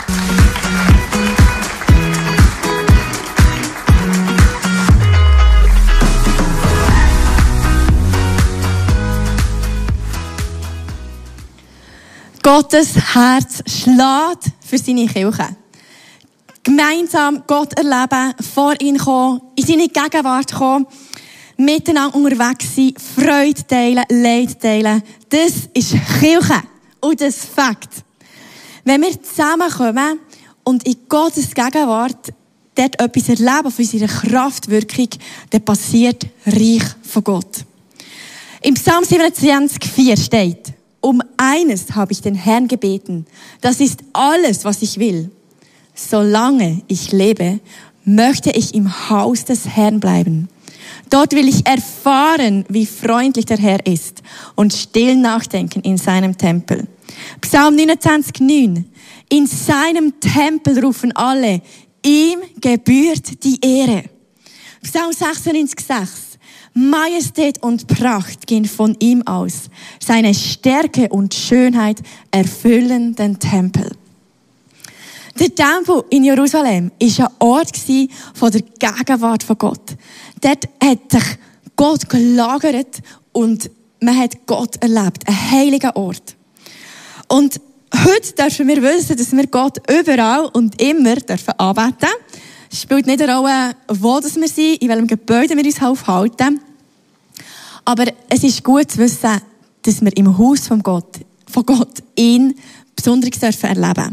Gottes Herz schlägt für seine Kirche. Gemeinsam Gott erleben, vor ihn kommen, in seine Gegenwart kommen, miteinander unterwegs sein, Freude teilen, Leid teilen. Das ist Kirche. Und das Fakt. Wenn wir zusammenkommen und in Gottes Gegenwart dort etwas erleben von unserer Kraftwirkung, dann passiert Reich von Gott. Im Psalm 27,4 steht: Um eines habe ich den Herrn gebeten. Das ist alles, was ich will. Solange ich lebe, möchte ich im Haus des Herrn bleiben. Dort will ich erfahren, wie freundlich der Herr ist und still nachdenken in seinem Tempel. Psalm 29,9. In seinem Tempel rufen alle, ihm gebührt die Ehre. Psalm 96,6. Majestät und Pracht gehen von ihm aus. Seine Stärke und Schönheit erfüllen den Tempel. Der Tempel in Jerusalem war ein Ort von der Gegenwart von Gott. Dort hat sich Gott gelagert und man hat Gott erlebt. Ein heiliger Ort. Und heute dürfen wir wissen, dass wir Gott überall und immer anbeten dürfen. Es spielt nicht eine Rolle, wo wir sind, in welchem Gebäude wir uns aufhalten. Aber es ist gut zu wissen, dass wir im Haus von Gott ihn Besonderes erleben dürfen.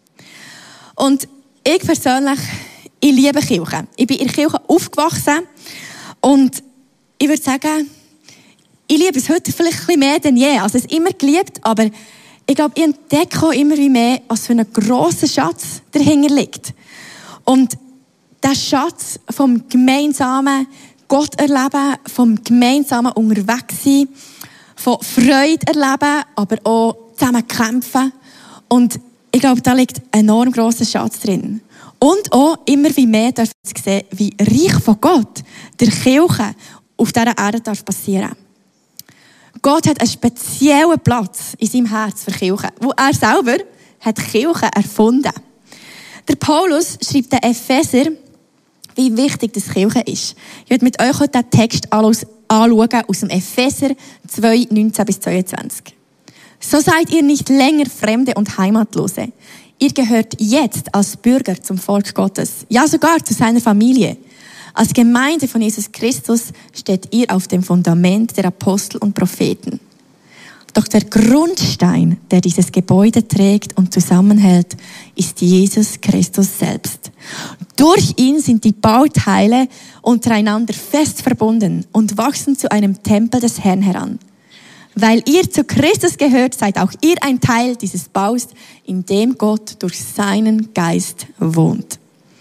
Und ich persönlich, ich liebe Kirche. Ich bin in der Kirche aufgewachsen und ich würde sagen, ich liebe es heute vielleicht ein bisschen mehr denn je. Also es immer geliebt, aber ich glaube, ich entdecke auch immer mehr, was für einen grossen Schatz dahinter liegt. Und der Schatz vom gemeinsamen Gott erleben, vom gemeinsamen Unterwegssein, von Freude erleben, aber auch zusammen kämpfen. Und ich glaube, da liegt ein enorm grosser Schatz drin. Und auch immer wie mehr darf ich sehen, wie Reich von Gott, der Kirche, auf dieser Erde darf passieren. Gott hat einen speziellen Platz in seinem Herz für Kirche, wo er selber hat Kirche erfunden. Der Paulus schreibt den Epheser, wie wichtig das Kirche ist. Ich werde mit euch heute den Text anschauen aus dem Epheser 2, 19-22. So seid ihr nicht länger Fremde und Heimatlose. Ihr gehört jetzt als Bürger zum Volk Gottes, ja sogar zu seiner Familie. Als Gemeinde von Jesus Christus steht ihr auf dem Fundament der Apostel und Propheten. Doch der Grundstein, der dieses Gebäude trägt und zusammenhält, ist Jesus Christus selbst. Durch ihn sind die Bauteile untereinander fest verbunden und wachsen zu einem Tempel des Herrn heran. Weil ihr zu Christus gehört, seid auch ihr ein Teil dieses Baus, in dem Gott durch seinen Geist wohnt.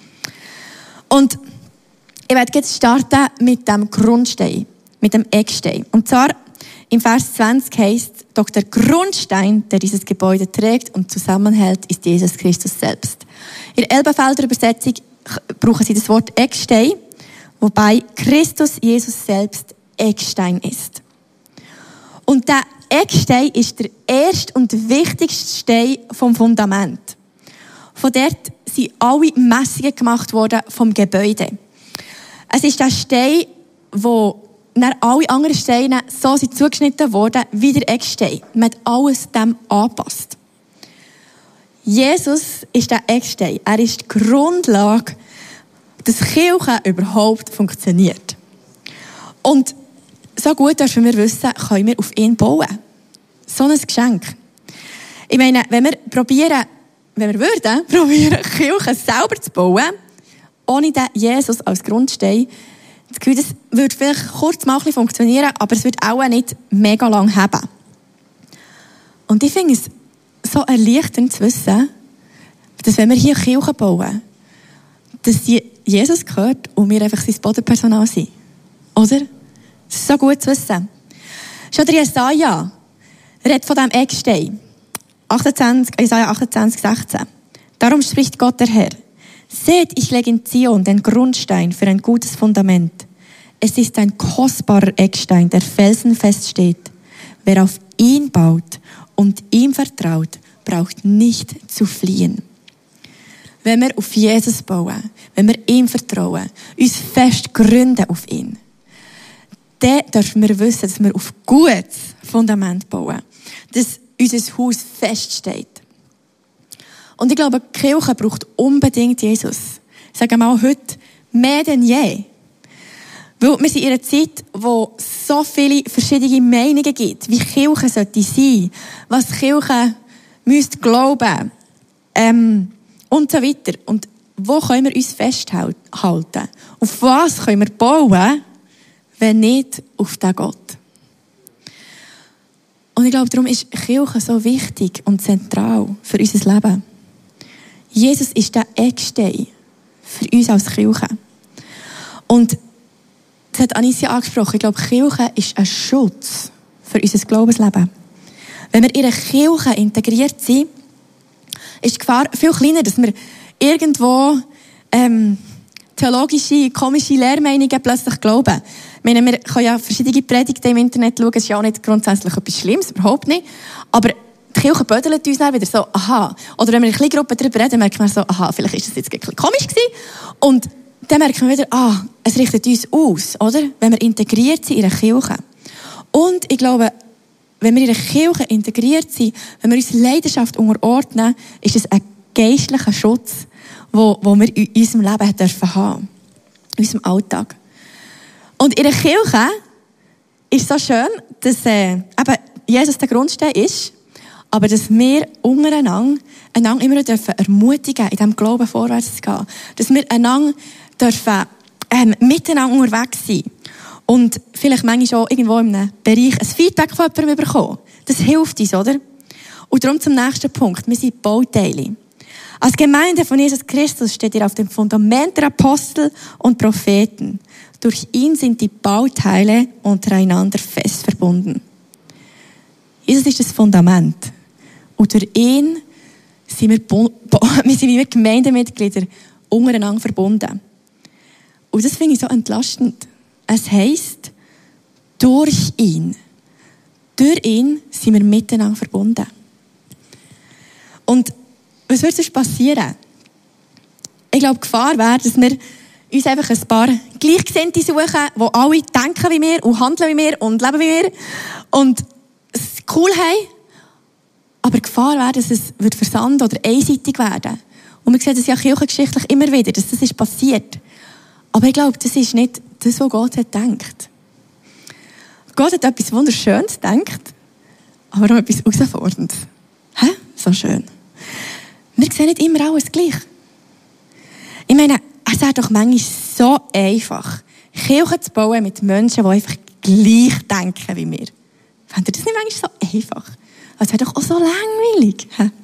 Und ich werde jetzt starten mit dem Grundstein, mit dem Eckstein. Und zwar im Vers 20 heisst, doch der Grundstein, der dieses Gebäude trägt und zusammenhält, ist Jesus Christus selbst. In der Elberfelder Übersetzung brauchen sie das Wort Eckstein, wobei Christus Jesus selbst Eckstein ist. Und der Eckstein ist der erste und wichtigste Stein vom Fundament. Von dort sind alle Messungen gemacht worden vom Gebäude. Es ist der Stein, wo dann alle anderen Steine so sind zugeschnitten worden wie der Eckstein. Man hat alles dem angepasst. Jesus ist der Eckstein. Er ist die Grundlage, dass Kirche überhaupt funktioniert. Und so gut dürfen wir wissen, können wir auf ihn bauen. So ein Geschenk. Ich meine, wenn wir würden probieren, Kirche selber zu bauen, ohne den Jesus als Grundstein, das Gefühl, das würde vielleicht kurz mal ein bisschen funktionieren, aber es wird auch nicht mega lang haben. Und ich finde es so erleichternd zu wissen, dass wenn wir hier Kirche bauen, dass die Jesus gehört und wir einfach sein Bodenpersonal sind. Oder? Das ist so gut zu wissen. Schon der Jesaja redet von diesem Eckstein. Jesaja 28, 16. Darum spricht Gott der Herr. Seht, ich lege in Zion den Grundstein für ein gutes Fundament. Es ist ein kostbarer Eckstein, der felsenfest steht. Wer auf ihn baut und ihm vertraut, braucht nicht zu fliehen. wenn wir auf Jesus bauen, wenn wir ihm vertrauen, uns fest gründen auf ihn, dann dürfen wir wissen, dass wir auf gutes Fundament bauen. Dass unser Haus feststeht. Und ich glaube, die Kirche braucht unbedingt Jesus. Ich sage mal heute, mehr denn je. Weil wir sind in einer Zeit, wo so viele verschiedene Meinungen gibt, wie Kirche sollte sein, was Kirche müsste glauben, und so weiter. Und wo können wir uns festhalten? Auf was können wir bauen, wenn nicht auf den Gott? Und ich glaube, darum ist Kirche so wichtig und zentral für unser Leben. Jesus ist der Eckstein für uns als Kirche. Und das hat Anicia angesprochen. Ich glaube, Kirche ist ein Schutz für unser Glaubensleben. Wenn wir in einer Kirche integriert sind, ist die Gefahr viel kleiner, dass wir irgendwo theologische, komische Lehrmeinungen plötzlich glauben. Ich meine, wir können ja verschiedene Predigten im Internet schauen. Das ist ja auch nicht grundsätzlich etwas Schlimmes, überhaupt nicht. Aber die Kirche bödelt uns dann wieder so, aha. Oder wenn wir in kleinen Gruppen darüber reden, merken wir so, aha, vielleicht ist das jetzt ein bisschen komisch gewesen. Und dann merken wir wieder, es richtet uns aus, oder? Wenn wir integriert sind in einer Kirche. Und ich glaube, wenn wir in einer Kirche integriert sind, wenn wir uns Leidenschaft unterordnen, ist es ein geistlicher Schutz, wo wir in unserem Leben haben dürfen, in unserem Alltag. Und in der Kirche ist es so schön, dass eben Jesus der Grundstein ist, aber dass wir untereinander immer noch dürfen ermutigen, in diesem Glauben vorwärts zu gehen. Dass wir einander dürfen miteinander unterwegs sein. Und vielleicht manchmal auch irgendwo in einem Bereich ein Feedback von jemandem bekommen. Das hilft uns, oder? Und darum zum nächsten Punkt. Wir sind Bauteile. Als Gemeinde von Jesus Christus steht ihr auf dem Fundament der Apostel und Propheten. Durch ihn sind die Bauteile untereinander fest verbunden. Jesus ist das Fundament. Und durch ihn sind wir Gemeindemitglieder untereinander verbunden. Und das finde ich so entlastend. Es heisst, durch ihn sind wir miteinander verbunden. Und was würde sonst passieren? Ich glaube, die Gefahr wäre, dass wir uns einfach ein paar Gleichgesinnte suchen, die alle denken wie wir und handeln wie wir und leben wie wir und es cool haben. Aber die Gefahr wäre, dass es versanden oder einseitig werden. Und wir sehen das ja kirchengeschichtlich immer wieder, dass das ist passiert. Aber ich glaube, das ist nicht das, was Gott hat gedacht. Gott hat etwas Wunderschönes gedacht, aber auch etwas Herausforderndes. So schön. Wir sehen nicht immer alles gleich. Ich meine, es wäre doch manchmal so einfach, Kirchen zu bauen mit Menschen, die einfach gleich denken wie wir. Fändet ihr das nicht manchmal so einfach? Es wäre doch auch so langweilig.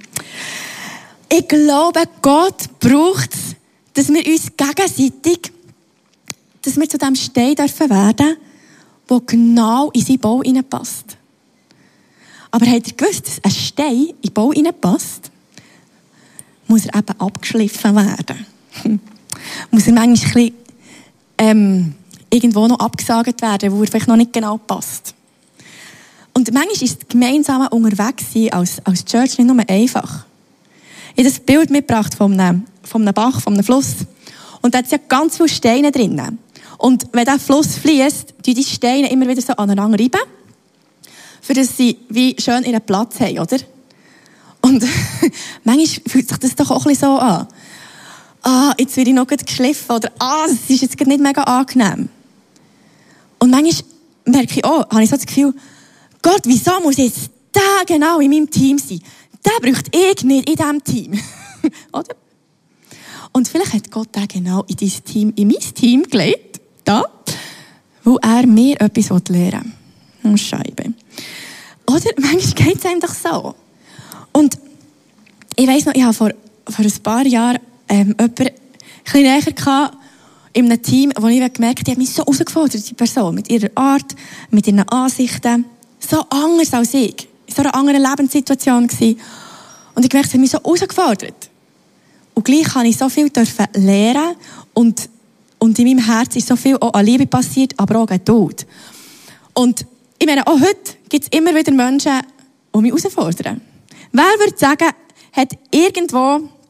Ich glaube, Gott braucht es, dass wir uns gegenseitig, dass wir zu dem Stein dürfen werden, der genau in seinen Bau hineinpasst. Aber habt ihr gewusst, dass ein Stein in den Bau hineinpasst? Muss er eben abgeschliffen werden. Muss er manchmal ein bisschen, irgendwo noch abgesagt werden, wo er vielleicht noch nicht genau passt. Und manchmal ist das gemeinsame Unterwegssein als Church nicht nur einfach. Ich habe das Bild mitgebracht von einem Bach, von einem Fluss. Und da hat ja ganz viele Steine drin. Und wenn dieser Fluss fließt, tun die Steine immer wieder so aneinander reiben, für dass sie wie schön ihren Platz haben, oder? Und manchmal fühlt sich das doch auch ein bisschen so an. Jetzt werde ich noch geschliffen, oder das ist jetzt nicht mega angenehm. Und manchmal merke ich auch, habe ich so das Gefühl, Gott, wieso muss jetzt der genau in meinem Team sein? Der braucht ich nicht in diesem Team. Oder? Und vielleicht hat Gott den genau in dein Team, in mein Team gelegt, da, wo er mir etwas lehren will. Oh, Scheibe. Oder? Manchmal geht es einem doch so. Und ich weiss noch, ich habe vor ein paar Jahren jemanden ein bisschen näher gehabt, in einem Team, wo ich gemerkt habe, die hat mich so herausgefordert, die Person, mit ihrer Art, mit ihren Ansichten. So anders als ich. In so einer anderen Lebenssituation gewesen. Und ich gemerkt, sie hat mich so herausgefordert. Und gleich habe ich so viel lernen und in meinem Herzen ist so viel auch an Liebe passiert, aber auch an Tod. Und ich meine, auch heute gibt es immer wieder Menschen, die mich herausfordern. Wer würde sagen, hat irgendwo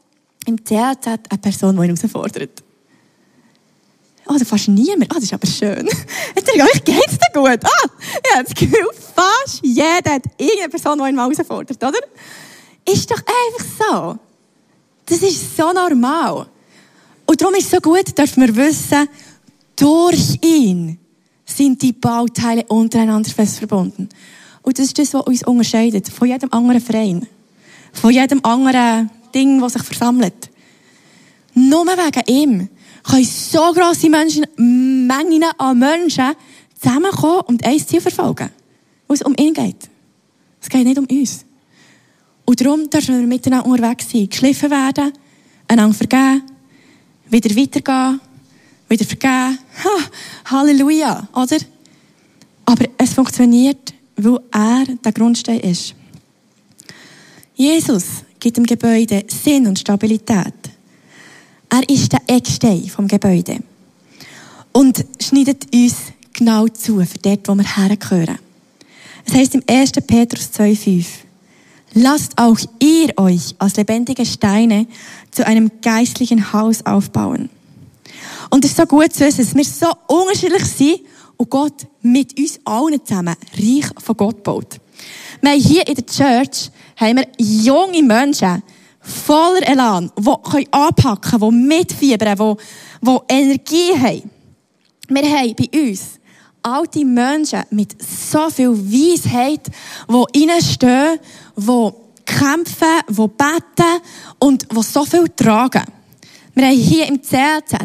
im CLZ eine Person, die ihn herausfordert? Oh, fast niemand. Das ist aber schön. Jetzt denke ich, geht's dir gut? Ich habe das Gefühl, fast jeder hat irgendeine Person, die ihn mal herausfordert, oder? Ist doch einfach so. Das ist so normal. Und darum ist es so gut, dürfen wir wissen, durch ihn sind die Bauteile untereinander fest verbunden. Und das ist das, was uns unterscheidet von jedem anderen Verein. Von jedem anderen Ding, das sich versammelt. Nur wegen ihm können so grosse Mengen an Menschen zusammenkommen und ein Ziel verfolgen. Wo es um ihn geht. Es geht nicht um uns. Und darum dürfen wir miteinander unterwegs sein. Geschliffen werden, einander vergeben, wieder weitergehen, wieder vergeben. Halleluja, oder? Aber es funktioniert, weil er der Grundstein ist. Jesus gibt dem Gebäude Sinn und Stabilität. Er ist der Eckstein vom Gebäude. Und schneidet uns genau zu, für dort, wo wir hergehören. Es heisst im 1. Petrus 2,5: Lasst auch ihr euch als lebendige Steine zu einem geistlichen Haus aufbauen. Und es ist so gut zu wissen, dass wir so unterschiedlich sind und Gott mit uns allen zusammen Reich von Gott baut. Wir haben hier in der Church junge Menschen, voller Elan, die anpacken können, die mitfiebern, die Energie haben. Wir haben bei uns alte Menschen mit so viel Weisheit, die reinstehen, die kämpfen, die beten und die so viel tragen. Wir haben hier im CLZ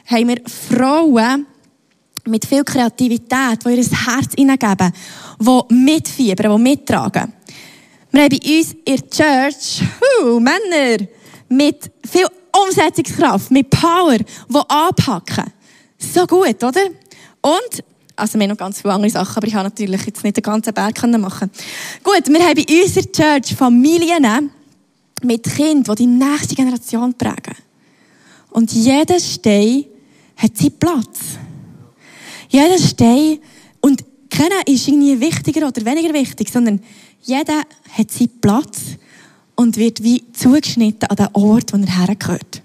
Frauen mit viel Kreativität, die ihr Herz hineingeben, die mitfiebern, die mittragen. Wir haben bei uns in der Church Männer mit viel Umsetzungskraft, mit Power, die anpacken. So gut, oder? Und, wir haben noch ganz viele andere Sachen, aber ich habe natürlich jetzt nicht den ganzen Berg machen. Gut, wir haben bei uns in der Church Familien mit Kindern, die die nächste Generation prägen. Und jeder Stein hat seinen Platz. Jeder Stein, und keiner ist irgendwie wichtiger oder weniger wichtig, sondern jeder hat seinen Platz und wird wie zugeschnitten an den Ort, wo er hergehört.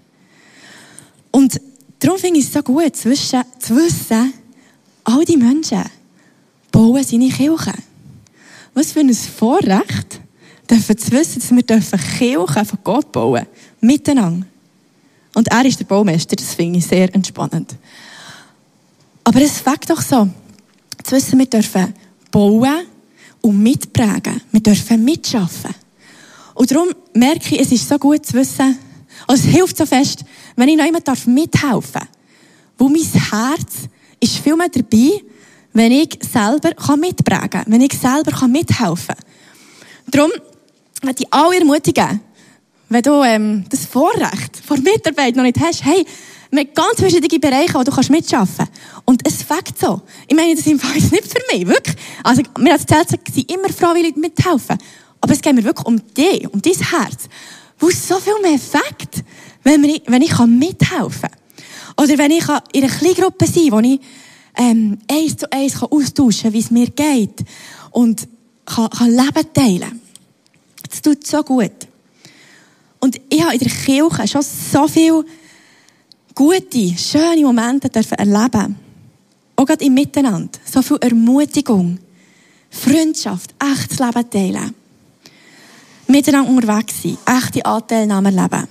Und darum finde ich es so gut, zu wissen, all die Menschen bauen seine Kirche. Was für ein Vorrecht, dürfen zu wissen, dass wir Kirchen von Gott bauen. Miteinander. Und er ist der Baumeister, das finde ich sehr entspannend. Aber es fängt doch so, zu wissen, wir dürfen bauen und mitprägen. Wir dürfen mitschaffen. Und darum merke ich, es ist so gut zu wissen, also es hilft so fest, wenn ich noch jemand mithelfen darf. Wo mein Herz ist viel mehr dabei, wenn ich selber mitprägen kann, wenn ich selber mithelfen kann. Darum möchte ich alle ermutigen, wenn du das Vorrecht vor Mitarbeit noch nicht hast, hey, wir haben ganz verschiedene Bereiche, wo du mitarbeiten kannst. Und es fängt so. Ich meine, das ist nicht für mich, wirklich. Also, wir als Zelt sind immer freiwillig mithelfen. Aber es geht mir wirklich um dich, um dein Herz. Wo es so viel mehr fängt, wenn ich mithelfen kann. Oder wenn ich in einer Kleingruppe sein kann, wo ich 1 zu 1 austauschen kann, wie es mir geht. Und kann Leben teilen. Das tut so gut. Und ich habe in der Kirche schon so viele gute, schöne Momente erleben. Auch gerade im Miteinander. So viel Ermutigung, Freundschaft, echtes Leben teilen. Miteinander unterwegs sein, echte Anteilnahme erleben.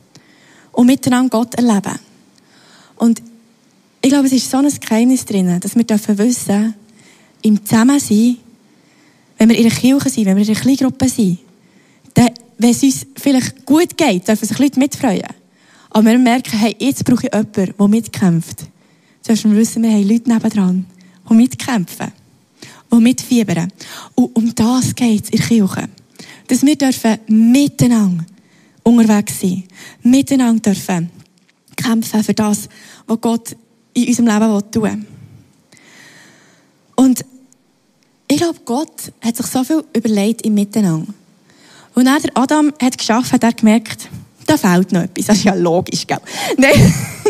Und miteinander Gott erleben. Und ich glaube, es ist so ein Geheimnis drin, dass wir wissen dürfen, im Zusammensein, wenn wir in der Kirche sind, wenn wir in einer Kleingruppe sind, dann, wenn es uns vielleicht gut geht, dürfen sich Leute mitfreuen. Aber wir merken, hey, jetzt brauche ich jemanden, der mitkämpft. Jetzt dürfen wir wissen, wir haben Leute nebendran, die mitkämpfen, die mitfiebern. Und um das geht es in der Kirche. Dass wir dürfen miteinander unterwegs sein. Miteinander dürfen kämpfen für das, was Gott in unserem Leben tun will. Und ich glaube, Gott hat sich so viel überlegt im Miteinander. Und dann der Adam hat geschafft, hat er gemerkt, da fehlt noch etwas. Das ist ja logisch, gell? Nein.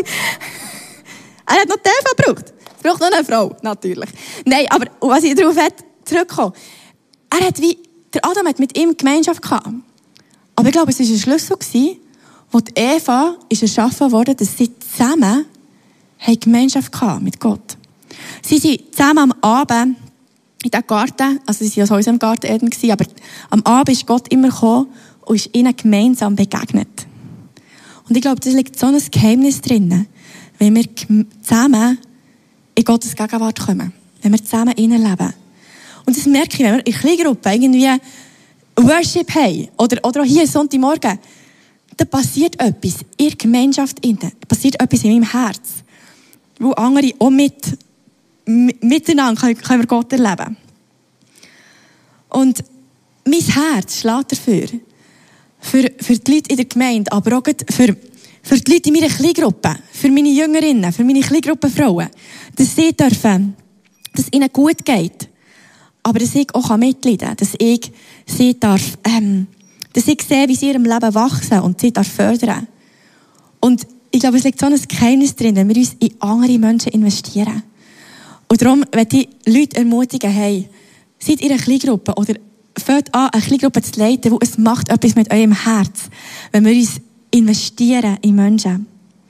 Er hat noch die Eva gebraucht. Es braucht noch eine Frau, natürlich. Nein, aber was ich darauf zurückkomme, der Adam hat mit ihm Gemeinschaft gehabt. Aber ich glaube, es war ein Schlüssel, Wo die Eva ist erschaffen worden, dass sie zusammen Gemeinschaft hatten mit Gott. Sie sind zusammen am Abend in diesem Garten, also sie waren aus unserem Garten Eden, aber am Abend ist Gott immer gekommen und ist ihnen gemeinsam begegnet. Und ich glaube, da liegt so ein Geheimnis drin, wenn wir zusammen in Gottes Gegenwart kommen. Wenn wir zusammen leben. Und das merke ich, wenn wir in Kleingruppen irgendwie Worship haben, oder auch hier Sonntagmorgen, da passiert etwas in der Gemeinschaft innen. Da passiert etwas in meinem Herz. Wo andere auch miteinander können wir Gott erleben. Und mein Herz schlägt dafür. Für die Leute in der Gemeinde, aber auch für die Leute in meiner Kleingruppe, für meine Jüngerinnen, für meine Kleingruppenfrauen, dass sie dürfen, dass ihnen gut geht, aber dass ich auch mitleiden kann, dass ich sie darf, dass ich sehe, wie sie in ihrem Leben wachsen und sie darf fördern. Und ich glaube, es liegt so ein Geheimnis drin, wenn wir uns in andere Menschen investieren. Und darum möchte ich Leute ermutigen, hey, seid in einer Kleingruppe oder fangt an, eine Kleingruppe zu leiten, wo es macht etwas mit eurem Herz, wenn wir uns investieren in Menschen.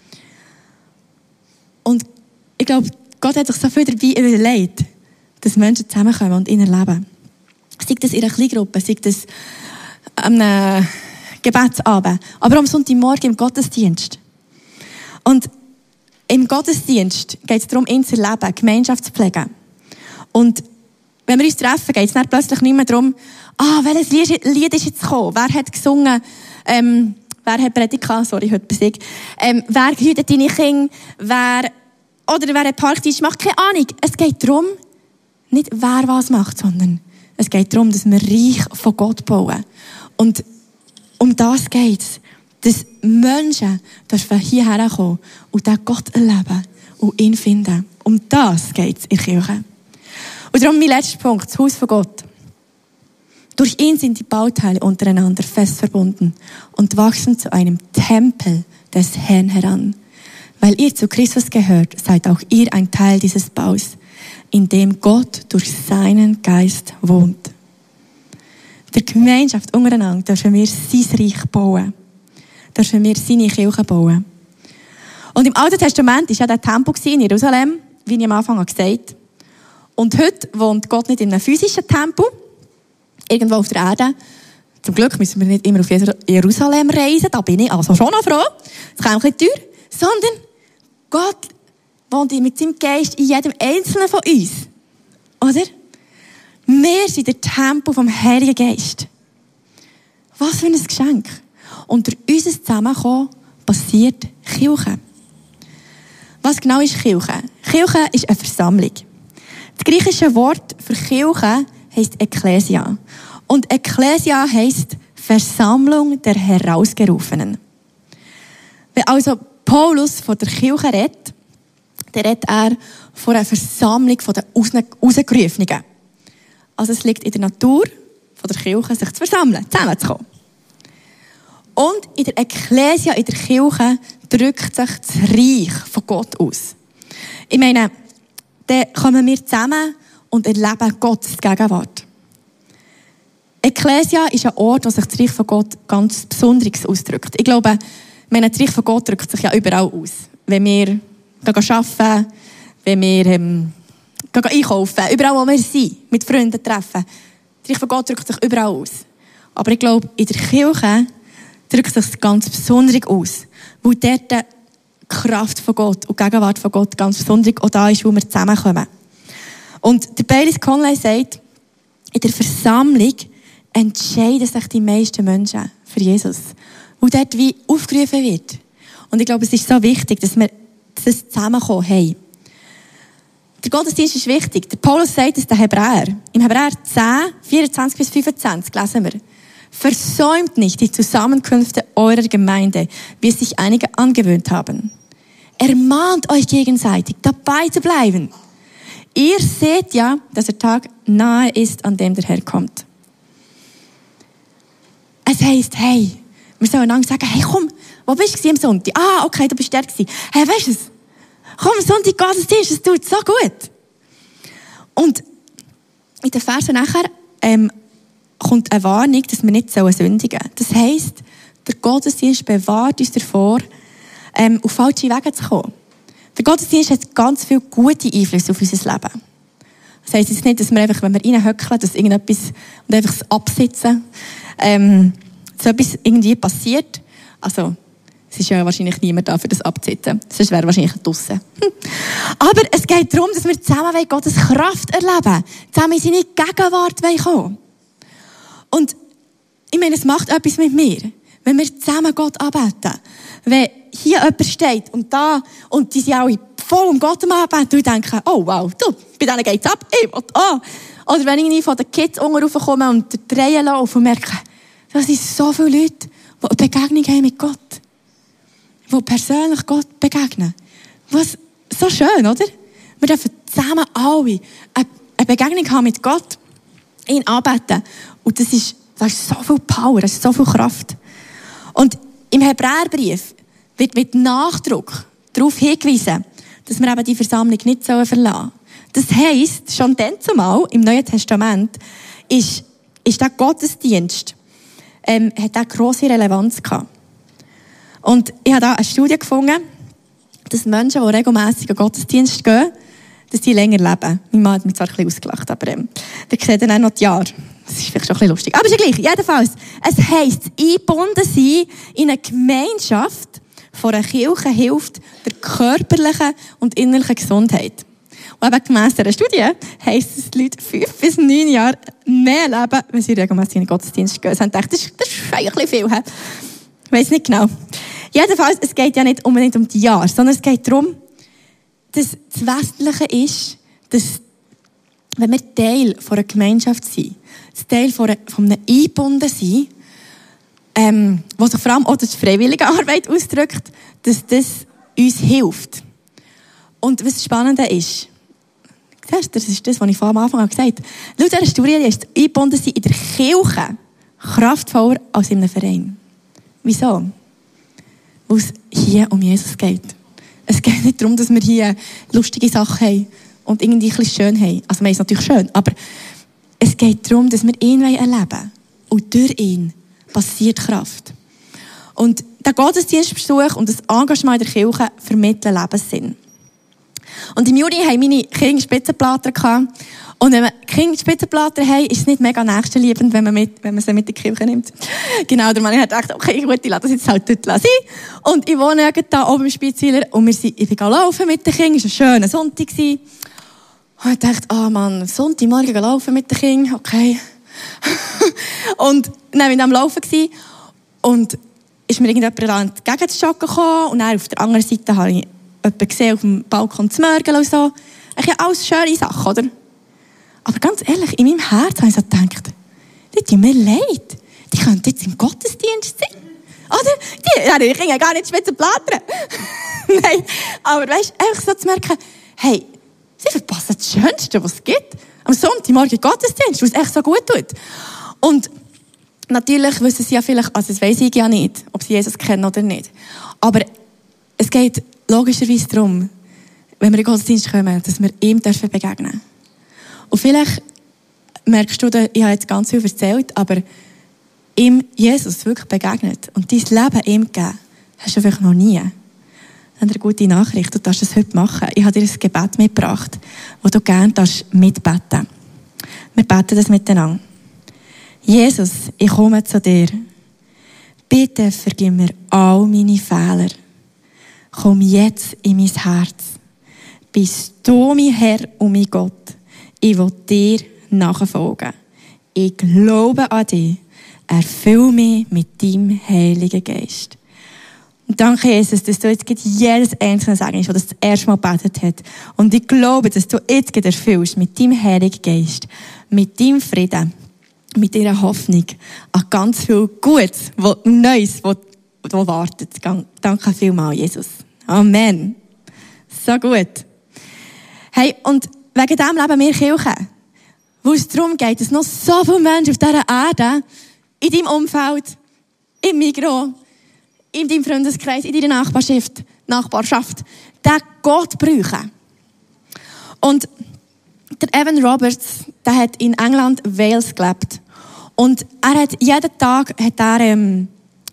Und ich glaube, Gott hat sich so viel dabei überlegt, dass Menschen zusammenkommen und ihn erleben. Sei das in einer Kleingruppe, sei das am Gebetsabend, aber am Sonntagmorgen im Gottesdienst. Und im Gottesdienst geht es darum, ihn zu erleben, Gemeinschaft zu pflegen. Und wenn wir uns treffen, geht es dann plötzlich nicht mehr darum, welches Lied ist jetzt gekommen? Wer hat gesungen? Wer hat Predikat? Sorry, heute besiegt. Wer hütet deine Kinder? Wer hat Parkdienst gemacht? Keine Ahnung. Es geht darum, nicht wer was macht, sondern es geht darum, dass wir Reich von Gott bauen. Und um das geht es. Dass Menschen dürfen hierher kommen und den Gott erleben und ihn finden. Um das geht es in der Kirche. Und darum mein letzter Punkt, das Haus von Gott. Durch ihn sind die Bauteile untereinander fest verbunden und wachsen zu einem Tempel des Herrn heran. Weil ihr zu Christus gehört, seid auch ihr ein Teil dieses Baus, in dem Gott durch seinen Geist wohnt. Der Gemeinschaft untereinander dürfen wir sein Reich bauen. Dürfen wir seine Kirche bauen. Und im Alten Testament war ja der Tempel in Jerusalem, wie ich am Anfang gesagt habe. Und heute wohnt Gott nicht in einem physischen Tempel, irgendwo auf der Erde. Zum Glück müssen wir nicht immer auf Jerusalem reisen, da bin ich also schon noch froh. Das kann ein bisschen teuer. Sondern Gott wohnt mit seinem Geist in jedem Einzelnen von uns. Oder? Wir sind der Tempel vom Heiligen Geist. Was für ein Geschenk. Und durch unser Zusammenkommen passiert Kirche. Was genau ist Kirche? Kirche ist eine Versammlung. Das griechische Wort für Kirche heisst Ekklesia. Und Ekklesia heisst Versammlung der Herausgerufenen. Wenn also Paulus von der Kirche redet, dann redet er von einer Versammlung der Rausgerufenen. Also es liegt in der Natur von der Kirche, sich zu versammeln, zusammenzukommen. Und in der Ekklesia, in der Kirche, drückt sich das Reich von Gott aus. Ich meine, dann kommen wir zusammen und erleben Gottes Gegenwart. Ekklesia ist ein Ort, wo sich das Reich von Gott ganz Besonderes ausdrückt. Ich glaube, das Reich von Gott drückt sich ja überall aus. Wenn wir arbeiten, wenn wir einkaufen, überall wo wir sind, mit Freunden treffen. Das Reich von Gott drückt sich überall aus. Aber ich glaube, in der Kirche drückt sich ganz besonders aus, weil dort die Kraft von Gott und die Gegenwart von Gott ganz besonders auch da ist, wo wir zusammenkommen. Und der Baylis Conley sagt, in der Versammlung entscheiden sich die meisten Menschen für Jesus, weil dort wie aufgerufen wird. Und ich glaube, es ist so wichtig, dass wir das Zusammenkommen haben. Der Gottesdienst ist wichtig. Der Paulus sagt es den Hebräer. Im Hebräer 10, 24 bis 25 lesen wir: Versäumt nicht die Zusammenkünfte eurer Gemeinde, wie es sich einige angewöhnt haben. Ermahnt euch gegenseitig, dabei zu bleiben. Ihr seht ja, dass der Tag nahe ist, an dem der Herr kommt. Es heisst, hey, wir sollen einander sagen, hey komm, wo bist du am Sonntag? Okay, du bist dort gewesen. Hey, weißt du es? Komm, am Sonntag Gottesdienst, das tut so gut. Und in den Versen nachher kommt eine Warnung, dass wir nicht sündigen sollen. Das heisst, Der Gottesdienst bewahrt uns davor, auf falsche Wege zu kommen. Der Gottesdienst hat ganz viele gute Einflüsse auf unser Leben. Das heisst jetzt nicht, dass wir einfach, wenn wir reinhöckeln, dass irgendetwas und einfach das Absitzen, so etwas irgendwie passiert. Also, es ist ja wahrscheinlich niemand da, für das abzusitzen. Sonst wäre wahrscheinlich draussen. Aber es geht darum, dass wir zusammen Gottes Kraft erleben, zusammen in seine Gegenwart kommen. Und ich meine, es macht etwas mit mir, wenn wir zusammen Gott anbeten. Wenn hier jemand steht und da, und die sind alle voll um Gott am Anbeten, und ich denke, oh wow, du, bei denen geht's ab, ich will an. Oder wenn ich von den Kids unten raufkomme und durch die Reihe laufe und merke, da sind so viele Leute, die eine Begegnung haben mit Gott. Die persönlich Gott begegnen. Was so schön, oder? Wir dürfen zusammen alle eine Begegnung haben mit Gott, ihn anbeten. Und das ist so viel Power, das ist so viel Kraft. Und im Hebräerbrief wird mit Nachdruck darauf hingewiesen, dass wir eben die Versammlung nicht verlassen sollen. Das heisst, schon dann zumal im Neuen Testament ist der Gottesdienst hat eine grosse Relevanz gehabt. Und ich habe da eine Studie gefunden, dass Menschen, die regelmässig in den Gottesdienst gehen, dass die länger leben. Mein Mann hat mich zwar ein bisschen ausgelacht, aber der sieht dann auch noch die Jahre. Das ist vielleicht schon ein bisschen lustig. Aber ist ja gleich. Jedenfalls, es heisst, eingebunden sein in eine Gemeinschaft von einer Kirche hilft der körperlichen und innerlichen Gesundheit. Und eben gemäss dieser Studie heisst es, dass die Leute 5 bis 9 Jahre mehr leben, wenn sie regelmässig in den Gottesdienst gehen. Sie haben gedacht, das ist ein bisschen viel. He? Ich weiss nicht genau. Jedenfalls, es geht ja nicht unbedingt um die Jahre, sondern es geht darum, dass das Wesentliche ist, dass, wenn wir Teil von einer Gemeinschaft sind, Teil von einem Einbundensein, was sich vor allem auch durch freiwillige Arbeit ausdrückt, dass das uns hilft. Und was das Spannende ist, das ist das, was ich am Anfang gesagt habe. Laut dieser Studie ist das Einbundensein in der Kirche kraftvoller als in einem Verein. Wieso? Weil es hier um Jesus geht. Es geht nicht darum, dass wir hier lustige Sachen haben und irgendwie ein bisschen schön haben. Also wir haben es natürlich schön, aber es geht darum, dass wir ihn erleben wollen. Und durch ihn passiert Kraft. Und der Gottesdienstbesuch und das Engagement in der Kirche vermitteln Lebenssinn. Und im Juni haben meine Kinder Spitzenplater gehabt. Und wenn wir Kinder Spitzenplater haben, ist es nicht mega nächstenliebend, wenn man sie mit in die Kirche nimmt. Genau, der Mann hat gedacht, okay, gut, ich lasse das jetzt halt dort sein. Und ich wohne da oben im Spitzweiler und ich bin laufen mit den Kindern. Es war ein schöner Sonntag. Und ich dachte, Mann, Sonntagmorgen laufen mit den Kindern, okay. Und dann war ich am Laufen und ist mir irgendjemand da entgegen zu joggen gekommen und dann auf der anderen Seite habe ich jemanden gesehen auf dem Balkon zu mörgeln und so. Eigentlich alles schöne Sachen, oder? Aber ganz ehrlich, in meinem Herz habe ich so gedacht, die tun mir leid. Die könnten jetzt im Gottesdienst sein. Oder? Die können gar nicht Spitzenplater. Nein. Aber weißt du, einfach so zu merken, hey, sie verpassen das Schönste, was es gibt. Am Sonntagmorgen Gottesdienst, weil es echt so gut tut. Und natürlich wissen sie ja vielleicht, also das weiss ich ja nicht, ob sie Jesus kennen oder nicht. Aber es geht logischerweise darum, wenn wir in den Gottesdienst kommen, dass wir ihm begegnen dürfen. Und vielleicht merkst du, ich habe jetzt ganz viel erzählt, aber ihm Jesus wirklich begegnet und dein Leben ihm gegeben, hast du vielleicht noch nie. Dann eine gute Nachricht, du darfst das heute machen. Ich habe dir ein Gebet mitgebracht, das du gerne mitbeten darfst. Wir beten das miteinander. Jesus, ich komme zu dir. Bitte vergib mir all meine Fehler. Komm jetzt in mein Herz. Bist du mein Herr und mein Gott. Ich will dir nachfolgen. Ich glaube an dich. Erfüll mich mit deinem Heiligen Geist. Und danke, Jesus, dass du jetzt jedes einzelne Sagen ist, das erste Mal gebetet hat. Und ich glaube, dass du jetzt erfüllst mit deinem Heiligen Geist, mit deinem Frieden, mit deiner Hoffnung an ganz viel Gutes, Neues, was wartet. Danke vielmals, Jesus. Amen. So gut. Hey, und wegen dem leben wir Kirche. Wo es darum geht, dass noch so viele Menschen auf dieser Erde, in deinem Umfeld, im Migros, in deinem Freundeskreis, in deiner Nachbarschaft, den Gott brauchen. Und der Evan Roberts, der hat in England, Wales gelebt. Und er hat jeden Tag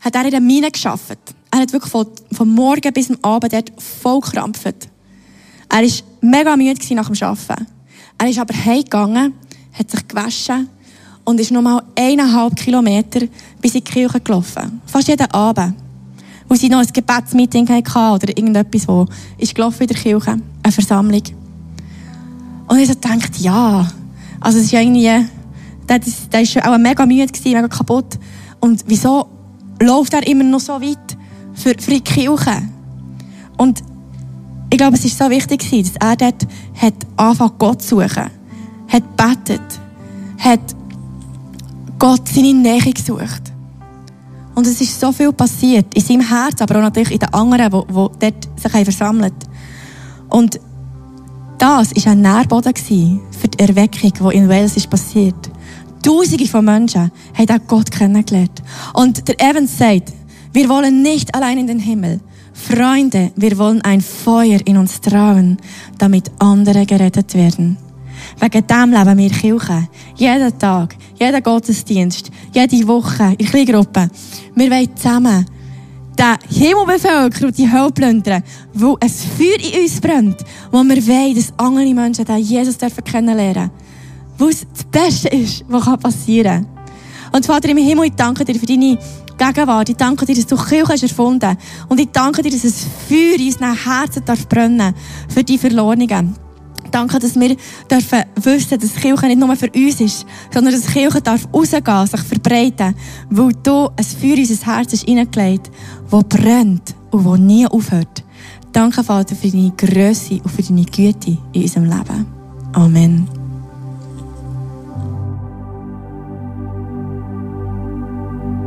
hat er in der Mine gearbeitet. Er hat wirklich vom Morgen bis am Abend dort voll gekrampft. Er war mega müde nach dem Arbeiten. Er ist aber heimgegangen, hat sich gewaschen und ist nochmal 1,5 Kilometer bis in die Kirche gelaufen. Fast jeden Abend. Wo sie noch ein Gebetsmeeting hatten oder irgendetwas, wo ist gelaufen in der Kirche, eine Versammlung. Und ich so gedacht, ja, also es ist ja irgendwie, der ist auch mega müde gewesen, mega kaputt. Und wieso läuft er immer noch so weit für die Kirche? Und ich glaube, es war so wichtig, dass er dort hat angefangen, Gott zu suchen, hat gebetet, hat Gott seine Nähe gesucht. Und es ist so viel passiert, in seinem Herz, aber auch natürlich in den anderen, die dort sich versammelt haben. Und das war ein Nährboden für die Erweckung, die in Wales ist passiert. Tausende von Menschen haben auch Gott kennengelernt. Und der Evans sagt, wir wollen nicht allein in den Himmel. Freunde, wir wollen ein Feuer in uns trauen, damit andere gerettet werden. Wegen dem leben wir Kirche. Jeden Tag, jeden Gottesdienst, jede Woche, in Kleingruppen. Wir wollen zusammen den Himmel bevölkern und die Hölle plündern, wo ein Feuer in uns brennt, wo wir wollen, dass andere Menschen den Jesus kennenlernen dürfen. Wo es das Beste ist, was passieren kann. Und Vater im Himmel, ich danke dir für deine Gegenwart. Ich danke dir, dass du Kirche hast erfunden. Und ich danke dir, dass ein Feuer in unseren Herzen brennen darf für die Verlorenen. Danke, dass wir dürfen wissen, dass Kirche nicht nur für uns ist, sondern dass Kirche darf rausgehen, sich verbreiten, weil du ein Feuer in unser Herz hast hineingelegt, das brennt und das nie aufhört. Danke, Vater, für deine Grösse und für deine Güte in unserem Leben. Amen.